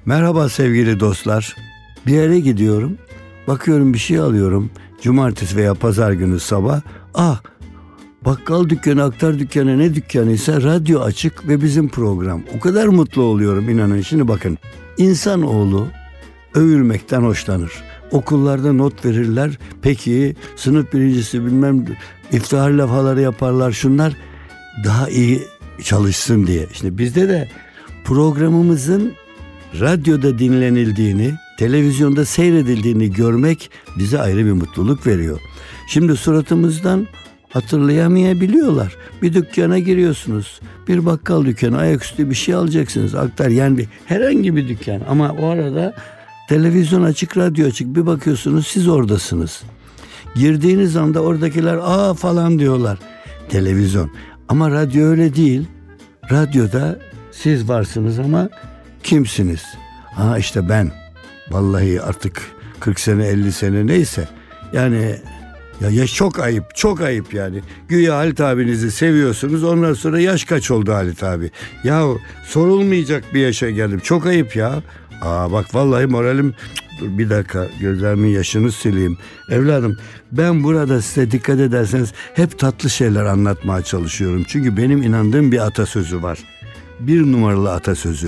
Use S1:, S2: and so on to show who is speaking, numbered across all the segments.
S1: Merhaba sevgili dostlar. Bir yere gidiyorum. Bakıyorum bir şey alıyorum. Cumartesi veya pazar günü sabah. Bakkal dükkanı, aktar dükkanı, ne dükkanıysa radyo açık ve bizim program. O kadar mutlu oluyorum, inanın. Şimdi bakın. İnsanoğlu övülmekten hoşlanır. Okullarda not verirler. Peki sınıf birincisi bilmem iftihar lafhaları yaparlar, şunlar daha iyi çalışsın diye. Şimdi bizde de programımızın radyoda dinlenildiğini, televizyonda seyredildiğini görmek bize ayrı bir mutluluk veriyor. Şimdi suratımızdan hatırlayamayabiliyorlar. Bir dükkana giriyorsunuz. Bir bakkal dükkanı, ayaküstü bir şey alacaksınız. Aktar, yani herhangi bir dükkan. Ama o arada televizyon açık, radyo açık. Bir bakıyorsunuz siz oradasınız. Girdiğiniz anda oradakiler falan diyorlar. Televizyon. Ama radyo öyle değil. Radyoda siz varsınız ama kimsiniz? İşte ben. Vallahi artık 40 sene 50 sene neyse. Yani ya çok ayıp yani. Güya Halit abinizi seviyorsunuz, ondan sonra yaş kaç oldu Halit abi? Ya sorulmayacak bir yaşa geldim. Çok ayıp ya. Bak vallahi moralim. Dur bir dakika, gözlerimin yaşını sileyim. Evladım, ben burada size dikkat ederseniz hep tatlı şeyler anlatmaya çalışıyorum. Çünkü benim inandığım bir atasözü var. 1 numaralı atasözü.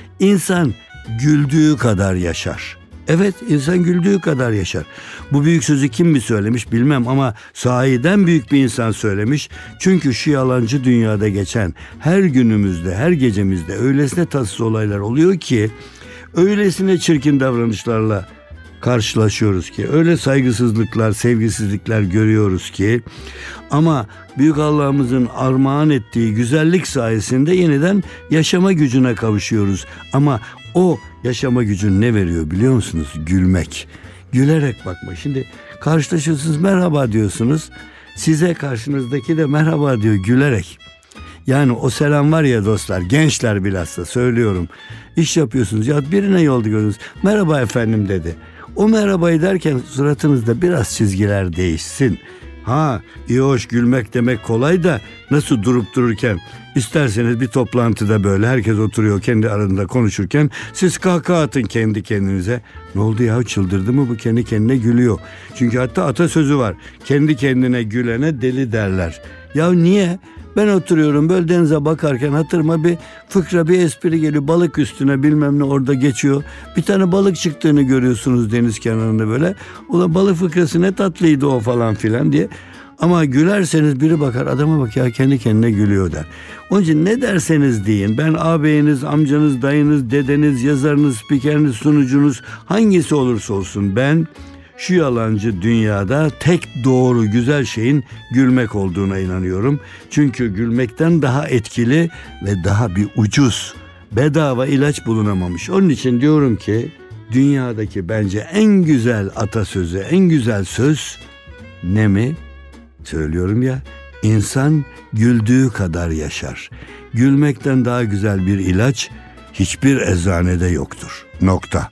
S1: İnsan güldüğü kadar yaşar. Evet, insan güldüğü kadar yaşar. Bu büyük sözü kim mi söylemiş bilmem ama sahiden büyük bir insan söylemiş. Çünkü şu yalancı dünyada geçen her günümüzde, her gecemizde öylesine tatsız olaylar oluyor ki, öylesine çirkin davranışlarla karşılaşıyoruz ki, öyle saygısızlıklar, sevgisizlikler görüyoruz ki, ama büyük Allah'ımızın armağan ettiği güzellik sayesinde yeniden yaşama gücüne kavuşuyoruz. Ama o yaşama gücün ne veriyor biliyor musunuz? Gülmek. Gülerek bakma. Şimdi karşılaşıyorsunuz, merhaba diyorsunuz. Size karşınızdaki de merhaba diyor gülerek. Yani o selam var ya dostlar, gençler bilhassa söylüyorum. İş yapıyorsunuz ya, birine yolda gördünüz. Merhaba efendim dedi. O merhabayı derken suratınızda biraz çizgiler değişsin. İyi hoş gülmek demek kolay da nasıl durup dururken, isterseniz bir toplantıda böyle herkes oturuyor kendi arasında konuşurken siz kahkaha atın kendi kendinize. Ne oldu ya, çıldırdı mı bu, kendi kendine gülüyor. Çünkü hatta atasözü var. Kendi kendine gülene deli derler. Ya niye? Ben oturuyorum böyle denize bakarken hatırıma bir fıkra, bir espri geliyor. Balık üstüne bilmem ne orada geçiyor. Bir tane balık çıktığını görüyorsunuz deniz kenarında böyle. Ulan balık fıkrası ne tatlıydı o falan filan diye. Ama gülerseniz biri bakar, adama bak ya, kendi kendine gülüyor der. Onun için ne derseniz deyin, ben ağabeyiniz, amcanız, dayınız, dedeniz, yazarınız, spikeriniz, sunucunuz hangisi olursa olsun, ben şu yalancı dünyada tek doğru güzel şeyin gülmek olduğuna inanıyorum. Çünkü gülmekten daha etkili ve daha bir ucuz, bedava ilaç bulunamamış. Onun için diyorum ki dünyadaki bence en güzel atasözü, en güzel söz ne mi? Söylüyorum ya, insan güldüğü kadar yaşar. Gülmekten daha güzel bir ilaç hiçbir eczanede yoktur. Nokta.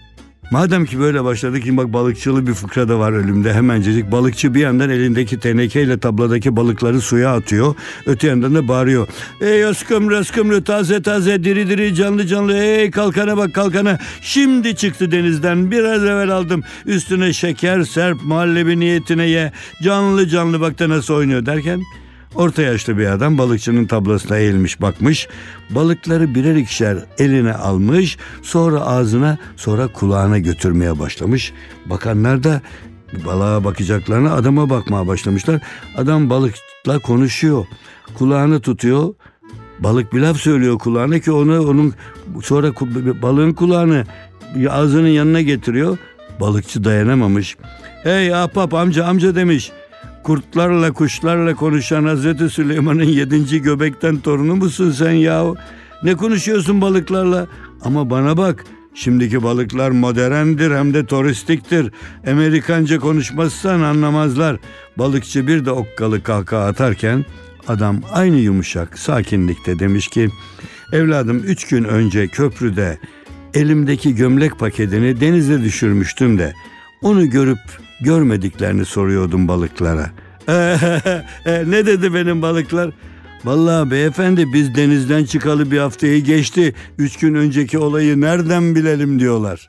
S1: Madem ki böyle başladık, şimdi bak balıkçılı bir fıkra da var önümde hemencecik. Balıkçı bir yandan elindeki tenekeyle tabladaki balıkları suya atıyor. Öte yandan da bağırıyor. Ey askımrı taze taze, diri diri, canlı canlı, ey kalkana bak kalkana. Şimdi çıktı denizden, biraz evvel aldım. Üstüne şeker serp, muhallebi niyetine ye. Canlı canlı bak da nasıl oynuyor derken, orta yaşlı bir adam balıkçının tablasına eğilmiş bakmış. Balıkları birer ikişer eline almış. Sonra ağzına, sonra kulağına götürmeye başlamış. Bakanlar da balığa bakacaklarına adama bakmaya başlamışlar. Adam balıkla konuşuyor. Kulağını tutuyor. Balık bir laf söylüyor kulağına ki onun sonra balığın kulağını ağzının yanına getiriyor. Balıkçı dayanamamış. Hey ahbap, amca demiş. Kurtlarla kuşlarla konuşan Hazreti Süleyman'ın 7. göbekten torunu musun sen yahu? Ne konuşuyorsun balıklarla? Ama bana bak, şimdiki balıklar moderndir hem de turistiktir. Amerikanca konuşmazsan anlamazlar. Balıkçı bir de okkalı kahkaha atarken adam aynı yumuşak sakinlikte demiş ki, evladım 3 gün önce köprüde elimdeki gömlek paketini denize düşürmüştüm de onu görüp görmediklerini soruyordum balıklara. Ne dedi benim balıklar? Vallahi beyefendi biz denizden çıkalı bir haftayı geçti. 3 gün önceki olayı nereden bilelim diyorlar.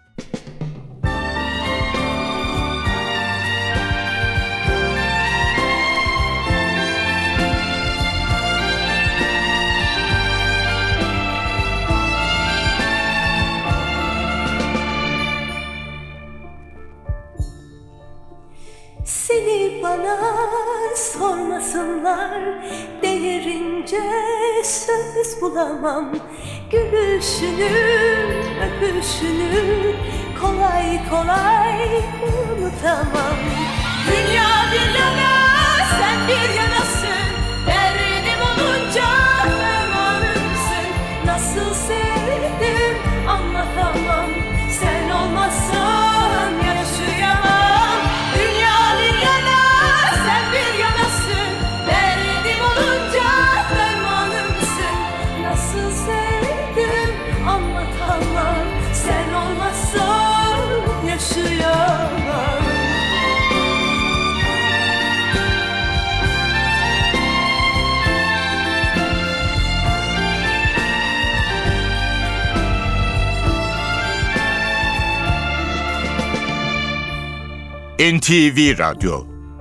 S2: Seni bana sormasınlar, değerince söz bulamam. Gülüşünü, öpüşünü kolay kolay unutamam. Dünya bir yana, sen bir yanasın. Derdim olunca dermanımsın. Nasıl sevdim anlatamam. Sen olmazsan yaşayamam. Dünya bir yana, sen bir yanasın. Derdim olunca dermanımsın. Nasıl sevdim anlatamam. Sen olmazsan yaşayamam.
S3: NTV Radyo.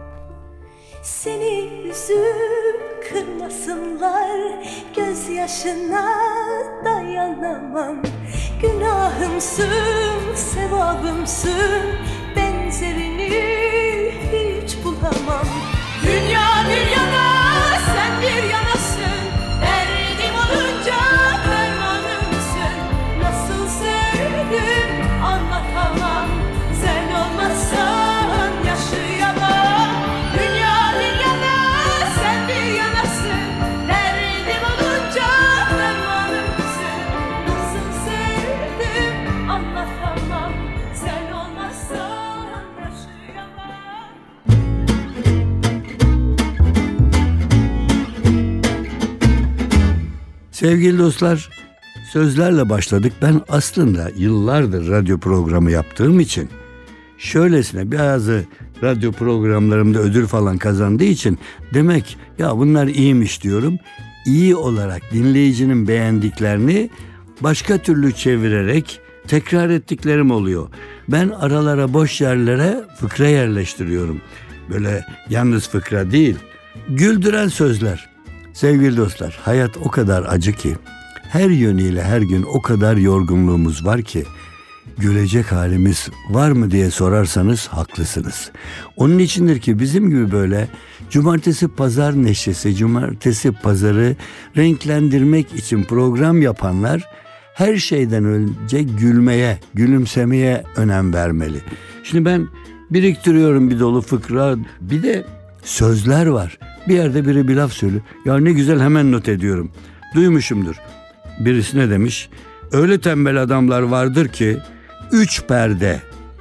S2: Seni üzüp kırmasınlar, gözyaşına dayanamam. Günahımsın, sevabımsın, benzerini hiç bulamam. Dünya bir yana, sen bir yanasın. Derdim olunca dermanımsın. Nasıl sevdim anlatamam. Sen olmazsan yaşayamam. Dünya bir yana, sen bir yanasın. Derdim olunca dermanımsın. Nasıl sevdim anlatamam. Sen olmazsan yaşayamam.
S1: Sevgili dostlar, sözlerle başladık. Ben aslında yıllardır radyo programı yaptığım için şöylesine bazı radyo programlarımda ödül falan kazandığı için demek ya bunlar iyiymiş diyorum. İyi olarak dinleyicinin beğendiklerini başka türlü çevirerek tekrar ettiklerim oluyor. Ben aralara boş yerlere fıkra yerleştiriyorum. Böyle yalnız fıkra değil, güldüren sözler. Sevgili dostlar, hayat o kadar acı ki, her yönüyle her gün o kadar yorgunluğumuz var ki, gülecek halimiz var mı diye sorarsanız haklısınız. Onun içindir ki bizim gibi böyle cumartesi pazar neşesi, cumartesi pazarı renklendirmek için program yapanlar her şeyden önce gülmeye, gülümsemeye önem vermeli. Şimdi ben biriktiriyorum bir dolu fıkra, bir de sözler var. Bir yerde biri bir laf söylüyor. Ya ne güzel, hemen not ediyorum. Duymuşumdur. Birisi ne demiş? Öyle tembel adamlar vardır ki 3 perde,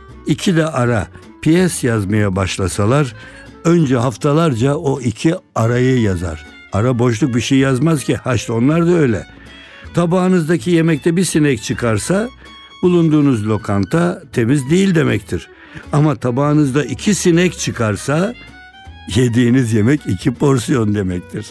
S1: 2 de ara piyes yazmaya başlasalar önce haftalarca o 2 arayı yazar. Ara boşluk bir şey yazmaz ki. Ha işte onlar da öyle. Tabağınızdaki yemekte bir sinek çıkarsa bulunduğunuz lokanta temiz değil demektir. Ama tabağınızda 2 sinek çıkarsa yediğiniz yemek 2 porsiyon demektir.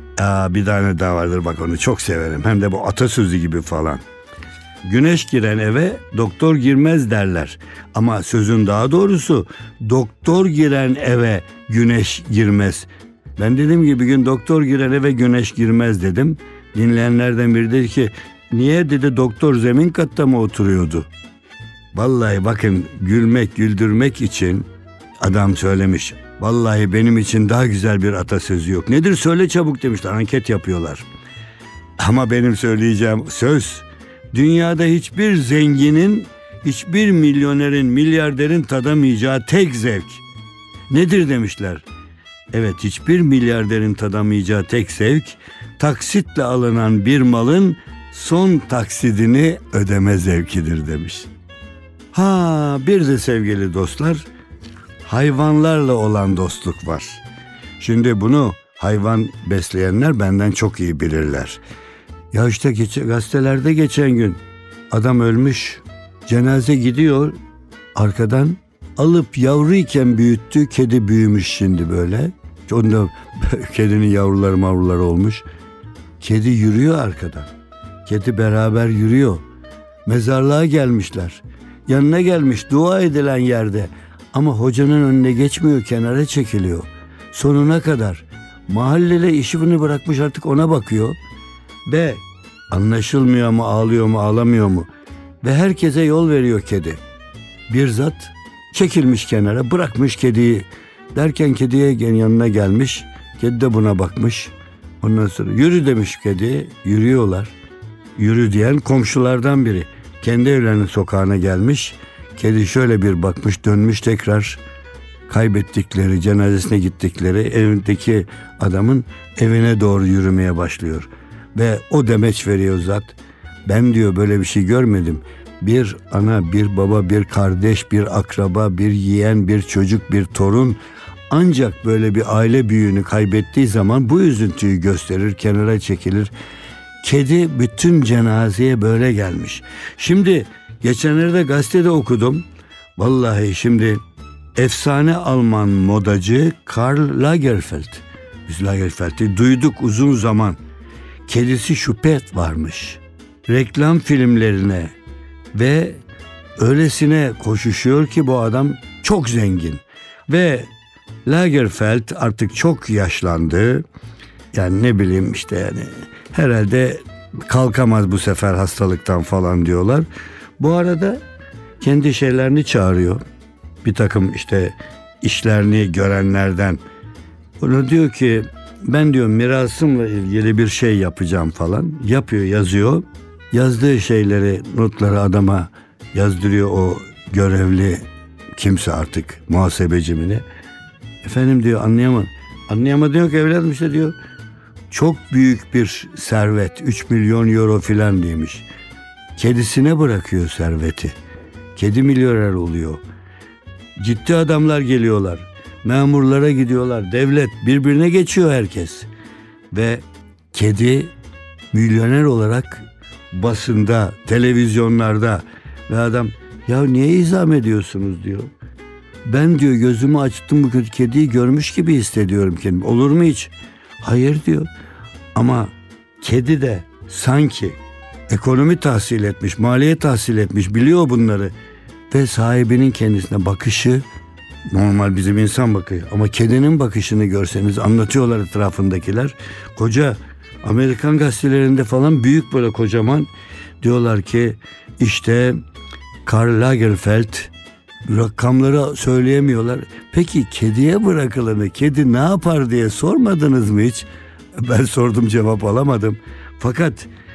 S1: Bir tane daha vardır, bak onu çok severim. Hem de bu atasözü gibi falan. Güneş giren eve doktor girmez derler. Ama sözün daha doğrusu doktor giren eve güneş girmez. Ben dediğim gibi bir gün doktor giren eve güneş girmez dedim. Dinleyenlerden biri dedi ki niye, dedi, doktor zemin katta mı oturuyordu? Vallahi bakın, gülmek, güldürmek için adam söylemiş. Vallahi benim için daha güzel bir atasözü yok. Nedir söyle çabuk demişler, anket yapıyorlar. Ama benim söyleyeceğim söz, dünyada hiçbir zenginin, hiçbir milyonerin, milyarderin tadamayacağı tek zevk. Nedir demişler. Evet, hiçbir milyarderin tadamayacağı tek zevk, taksitle alınan bir malın son taksidini ödeme zevkidir demiş. Bir de sevgili dostlar, hayvanlarla olan dostluk var. Şimdi bunu hayvan besleyenler benden çok iyi bilirler. Ya işte gazetelerde geçen gün adam ölmüş, cenaze gidiyor, arkadan alıp yavruyken büyüttüğü kedi büyümüş şimdi böyle. Onda kedinin yavruları olmuş. Kedi yürüyor arkadan. Kedi beraber yürüyor. Mezarlığa gelmişler. Yanına gelmiş dua edilen yerde. Ama hocanın önüne geçmiyor, kenara çekiliyor. Sonuna kadar. Mahalleli işini bırakmış, artık ona bakıyor. Ve anlaşılmıyor mu, ağlıyor mu, ağlamıyor mu? Ve herkese yol veriyor kedi. Bir zat çekilmiş kenara, bırakmış kediyi. Derken kediye yanına gelmiş. Kedi de buna bakmış. Ondan sonra yürü demiş kediye. Yürüyorlar. Yürü diyen komşulardan biri. Kendi evlerinin sokağına gelmiş. Kedi şöyle bir bakmış, dönmüş tekrar. Kaybettikleri, cenazesine gittikleri evindeki adamın evine doğru yürümeye başlıyor. Ve o demeç veriyor zat. Ben diyor böyle bir şey görmedim. Bir ana, bir baba, bir kardeş, bir akraba, bir yeğen, bir çocuk, bir torun ancak böyle bir aile büyüğünü kaybettiği zaman bu üzüntüyü gösterir, kenara çekilir. Kedi bütün cenazeye böyle gelmiş. Şimdi geçenlerde gazetede okudum. Vallahi şimdi efsane Alman modacı Karl Lagerfeld. Biz Lagerfeld'i duyduk uzun zaman. Kedisi Şupet varmış. Reklam filmlerine ve öylesine koşuşuyor ki bu adam çok zengin. Ve Lagerfeld artık çok yaşlandı. Yani ne bileyim işte yani herhalde kalkamaz bu sefer hastalıktan falan diyorlar. Bu arada kendi şeylerini çağırıyor. Bir takım işte işlerini görenlerden. Ona diyor ki ben diyor mirasımla ilgili bir şey yapacağım falan. Yapıyor, yazıyor. Yazdığı şeyleri, notları adama yazdırıyor o görevli kimse artık, muhasebeci mi ne? Efendim diyor anlayamadı diyor ki evladım işte diyor çok büyük bir servet, 3 milyon euro filan demiş. Kedisine bırakıyor serveti. Kedi milyoner oluyor. Ciddi adamlar geliyorlar. Memurlara gidiyorlar. Devlet birbirine geçiyor herkes. Ve kedi milyoner olarak basında, televizyonlarda ve adam ya niye izah ediyorsunuz diyor. Ben diyor gözümü açtım bu kötü kediyi görmüş gibi hissediyorum kendimi. Olur mu hiç? Hayır diyor. Ama kedi de sanki ekonomi tahsil etmiş, maliye tahsil etmiş, biliyor bunları. Ve sahibinin kendisine bakışı normal bizim insan bakıyor. Ama kedinin bakışını görseniz anlatıyorlar etrafındakiler. Koca Amerikan gazetelerinde falan büyük böyle kocaman diyorlar ki işte Karl Lagerfeld rakamları söyleyemiyorlar. Peki kediye bırakılanı kedi ne yapar diye sormadınız mı hiç? Ben sordum cevap alamadım. Fakat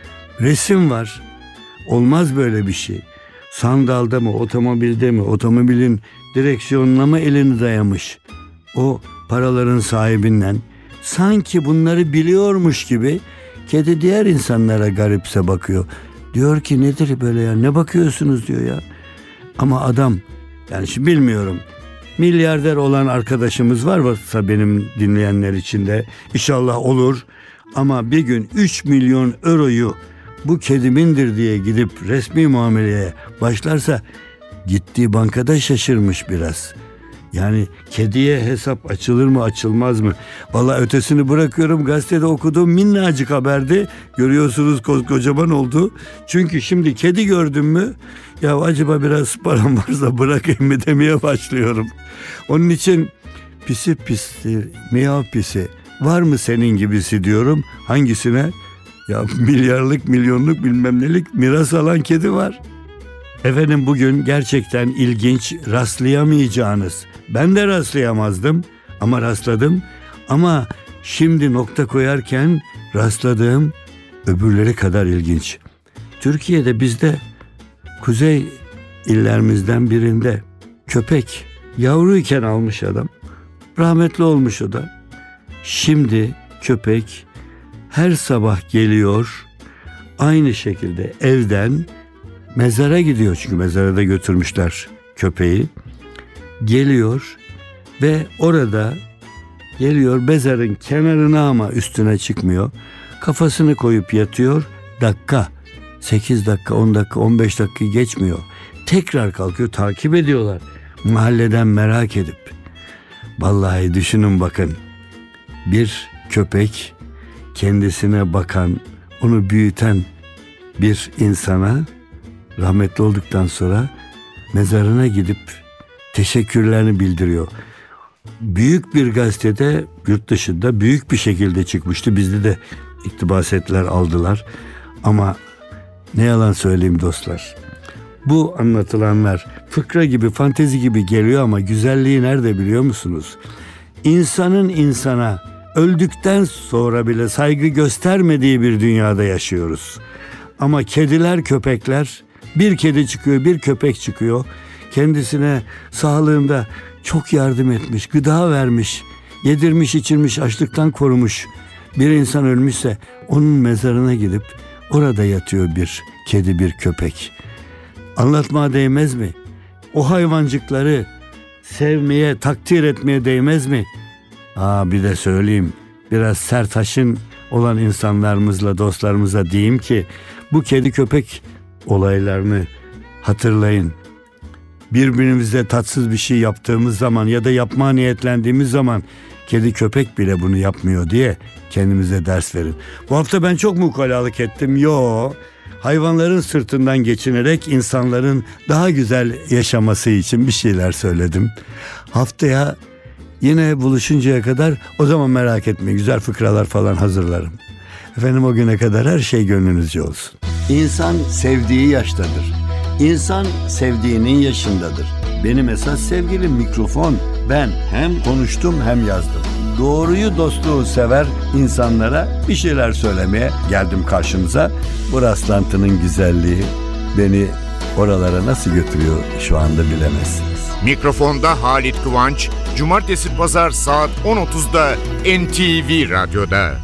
S1: resim var. Olmaz böyle bir şey. Sandalda mı, otomobilde mi, otomobilin direksiyonuna mı elini dayamış? O paraların sahibinden sanki bunları biliyormuş gibi kedi diğer insanlara garipse bakıyor. Diyor ki nedir böyle ya, ne bakıyorsunuz diyor ya. Ama adam yani şimdi bilmiyorum. Milyarder olan arkadaşımız varsa benim dinleyenler içinde inşallah olur. Ama bir gün 3 milyon euroyu bu kedimindir diye gidip resmi muameleye başlarsa gittiği bankada şaşırmış biraz. Yani kediye hesap açılır mı açılmaz mı? Vallahi ötesini bırakıyorum, gazetede okuduğum minnacık haberdi. Görüyorsunuz kocaman oldu. Çünkü şimdi kedi gördüm mü ya acaba biraz param varsa bırakayım mı demeye başlıyorum. Onun için pisi pisi miyav pisi var mı senin gibisi diyorum. Hangisine? Ya milyarlık milyonluk bilmem nelik miras alan kedi var. Efendim bugün gerçekten ilginç, rastlayamayacağınız. Ben de rastlayamazdım ama rastladım. Ama şimdi nokta koyarken rastladığım öbürleri kadar ilginç. Türkiye'de bizde kuzey illerimizden birinde köpek yavruyken almış adam. Rahmetli olmuş o da. Şimdi köpek her sabah geliyor. Aynı şekilde evden mezara gidiyor, çünkü mezara da götürmüşler köpeği. Geliyor ve orada geliyor mezarın kenarına ama üstüne çıkmıyor. Kafasını koyup yatıyor. 8 dakika, 10 dakika, 15 dakika geçmiyor. Tekrar kalkıyor, takip ediyorlar. Mahalleden merak edip. Vallahi düşünün bakın. Bir köpek kendisine bakan, onu büyüten bir insana rahmetli olduktan sonra mezarına gidip teşekkürlerini bildiriyor. Büyük bir gazetede, yurt dışında büyük bir şekilde çıkmıştı. Bizde de iktibas ettiler, aldılar. Ama ne yalan söyleyeyim dostlar. Bu anlatılanlar fıkra gibi, fantezi gibi geliyor ama güzelliği nerede biliyor musunuz? İnsanın insana öldükten sonra bile saygı göstermediği bir dünyada yaşıyoruz. Ama kediler, köpekler, bir kedi çıkıyor, bir köpek çıkıyor. Kendisine sağlığında çok yardım etmiş, gıda vermiş, yedirmiş, içirmiş, açlıktan korumuş. Bir insan ölmüşse onun mezarına gidip orada yatıyor bir kedi, bir köpek. Anlatmaya değmez mi? O hayvancıkları sevmeye, takdir etmeye değmez mi? Bir de söyleyeyim, biraz sertaşın olan insanlarımızla, dostlarımıza diyeyim ki bu kedi köpek olaylarını hatırlayın. Birbirimize tatsız bir şey yaptığımız zaman ya da yapmaya niyetlendiğimiz zaman kedi köpek bile bunu yapmıyor diye kendimize ders verin. Bu hafta ben çok mu ukalalık ettim? Yo. Hayvanların sırtından geçinerek insanların daha güzel yaşaması için bir şeyler söyledim. Haftaya yine buluşuncaya kadar o zaman merak etmeyin, güzel fıkralar falan hazırlarım. Efendim o güne kadar her şey gönlünüzce olsun. İnsan sevdiği yaştadır. İnsan sevdiğinin yaşındadır. Benim esas sevgilim mikrofon. Ben hem konuştum hem yazdım. Doğruyu, dostluğu sever insanlara bir şeyler söylemeye geldim karşınıza. Bu rastlantının güzelliği beni oralara nasıl götürüyor şu anda bilemezsiniz.
S3: Mikrofonda Halit Kıvanç, Cumartesi Pazar saat 10.30'da NTV Radyo'da.